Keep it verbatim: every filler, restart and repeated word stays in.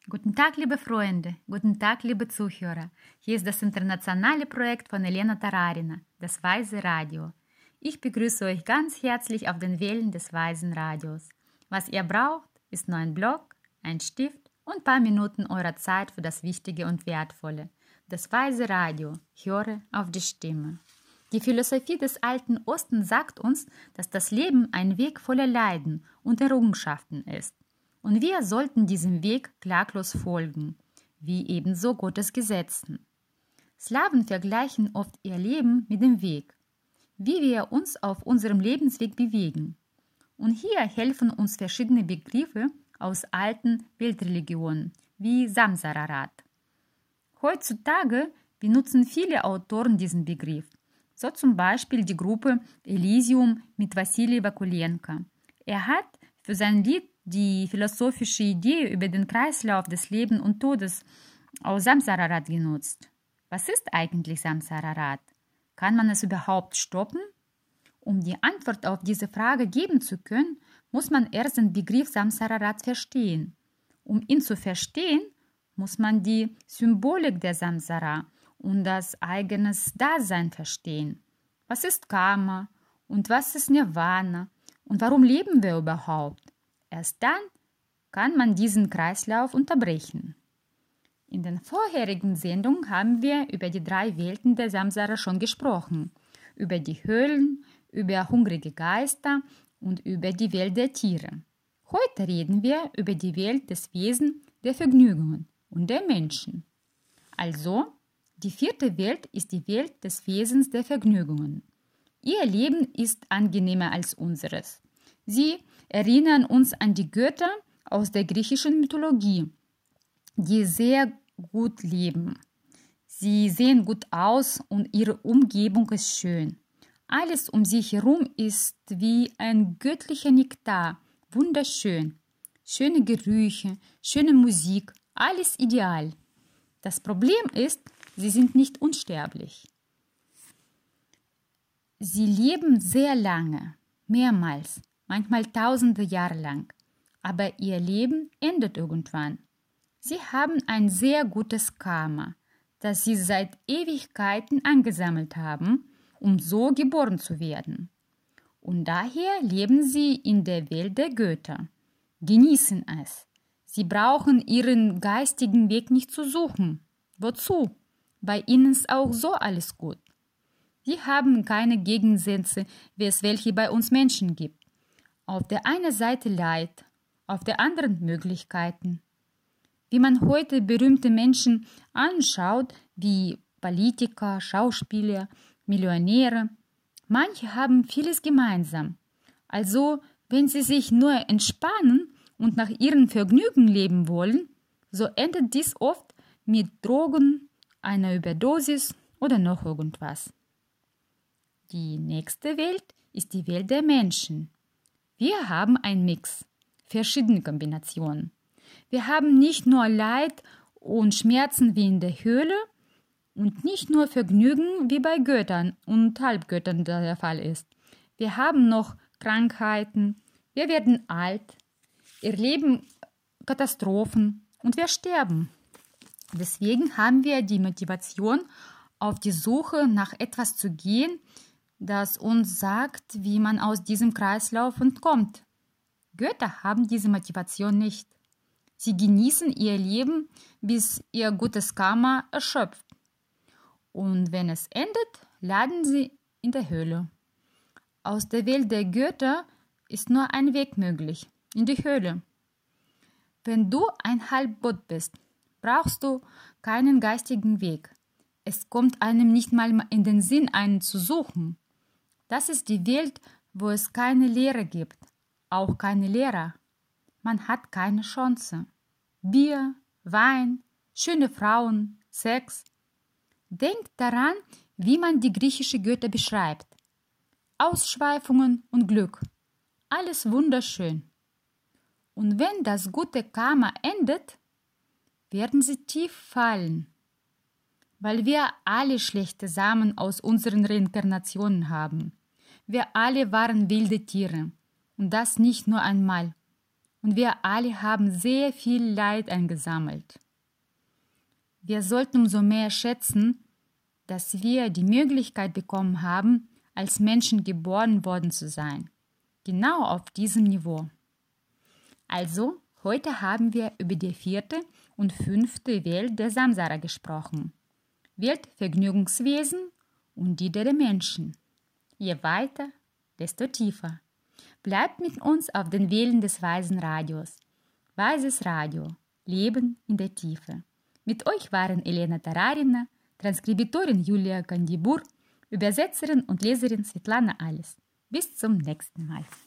Guten Tag, liebe Freunde, guten Tag, liebe Zuhörer. Hier ist das internationale Projekt von Elena Tararina, das Weise Radio. Ich begrüße euch ganz herzlich auf den Wellen des Weisen Radios. Was ihr braucht, ist nur ein Block, ein Stift und ein paar Minuten eurer Zeit für das Wichtige und Wertvolle. Das Weise Radio, höre auf die Stimme. Die Philosophie des alten Osten sagt uns, dass das Leben ein Weg voller Leiden und Errungenschaften ist. Und wir sollten diesem Weg klaglos folgen, wie ebenso Gottes Gesetzen. Slawen vergleichen oft ihr Leben mit dem Weg, wie wir uns auf unserem Lebensweg bewegen. Und hier helfen uns verschiedene Begriffe aus alten Weltreligionen, wie Samsara-Rad. Heutzutage benutzen viele Autoren diesen Begriff, so zum Beispiel die Gruppe Elysium mit Wassili Wakulenko. Er hat für sein Lied die philosophische Idee über den Kreislauf des Lebens und Todes aus Samsara-Rad genutzt. Was ist eigentlich Samsara-Rad? Kann man es überhaupt stoppen? Um die Antwort auf diese Frage geben zu können, muss man erst den Begriff Samsara-Rad verstehen. Um ihn zu verstehen, muss man die Symbolik der Samsara und das eigene Dasein verstehen. Was ist Karma und was ist Nirvana und warum leben wir überhaupt? Erst dann kann man diesen Kreislauf unterbrechen. In den vorherigen Sendungen haben wir über die drei Welten der Samsara schon gesprochen, über die Höhlen, über hungrige Geister und über die Welt der Tiere. Heute reden wir über die Welt des Wesens der Vergnügungen und der Menschen. Also, die vierte Welt ist die Welt des Wesens der Vergnügungen. Ihr Leben ist angenehmer als unseres. Sie erinnern uns an die Götter aus der griechischen Mythologie, die sehr gut leben. Sie sehen gut aus und ihre Umgebung ist schön. Alles um sie herum ist wie ein göttlicher Nektar, wunderschön. Schöne Gerüche, schöne Musik, alles ideal. Das Problem ist, sie sind nicht unsterblich. Sie leben sehr lange, mehrmals, manchmal tausende Jahre lang, aber ihr Leben endet irgendwann. Sie haben ein sehr gutes Karma, das sie seit Ewigkeiten angesammelt haben, um so geboren zu werden. Und daher leben sie in der Welt der Götter, genießen es. Sie brauchen ihren geistigen Weg nicht zu suchen. Wozu? Bei ihnen ist auch so alles gut. Sie haben keine Gegensätze, wie es welche bei uns Menschen gibt. Auf der einen Seite Leid, auf der anderen Möglichkeiten. Wie man heute berühmte Menschen anschaut, wie Politiker, Schauspieler, Millionäre, manche haben vieles gemeinsam. Also, wenn sie sich nur entspannen und nach ihrem Vergnügen leben wollen, so endet dies oft mit Drogen, einer Überdosis oder noch irgendwas. Die nächste Welt ist die Welt der Menschen. Wir haben einen Mix, verschiedene Kombinationen. Wir haben nicht nur Leid und Schmerzen wie in der Höhle und nicht nur Vergnügen wie bei Göttern und Halbgöttern der Fall ist. Wir haben noch Krankheiten, wir werden alt, erleben Katastrophen und wir sterben. Deswegen haben wir die Motivation, auf die Suche nach etwas zu gehen, das uns sagt, wie man aus diesem Kreislauf entkommt. Götter haben diese Motivation nicht. Sie genießen ihr Leben, bis ihr gutes Karma erschöpft. Und wenn es endet, landen sie in der Höhle. Aus der Welt der Götter ist nur ein Weg möglich, in die Höhle. Wenn du ein Halbbot bist, brauchst du keinen geistigen Weg. Es kommt einem nicht mal in den Sinn, einen zu suchen. Das ist die Welt, wo es keine Lehre gibt, auch keine Lehrer. Man hat keine Chance. Bier, Wein, schöne Frauen, Sex. Denkt daran, wie man die griechische Götter beschreibt. Ausschweifungen und Glück. Alles wunderschön. Und wenn das gute Karma endet, werden sie tief fallen, weil wir alle schlechte Samen aus unseren Reinkarnationen haben. Wir alle waren wilde Tiere, und das nicht nur einmal. und wir alle haben sehr viel Leid eingesammelt. Wir sollten umso mehr schätzen, dass wir die Möglichkeit bekommen haben, als Menschen geboren worden zu sein. Genau auf diesem Niveau. Also, heute haben wir über die vierte und fünfte Welt der Samsara gesprochen. Welt Vergnügungswesen und die der Menschen. Je weiter, desto tiefer. Bleibt mit uns auf den Wellen des Weisen Radios. Weises Radio. Leben in der Tiefe. Mit euch waren Elena Tararina, Transkribitorin Julia Kandibur, Übersetzerin und Leserin Svetlana Alles. Bis zum nächsten Mal.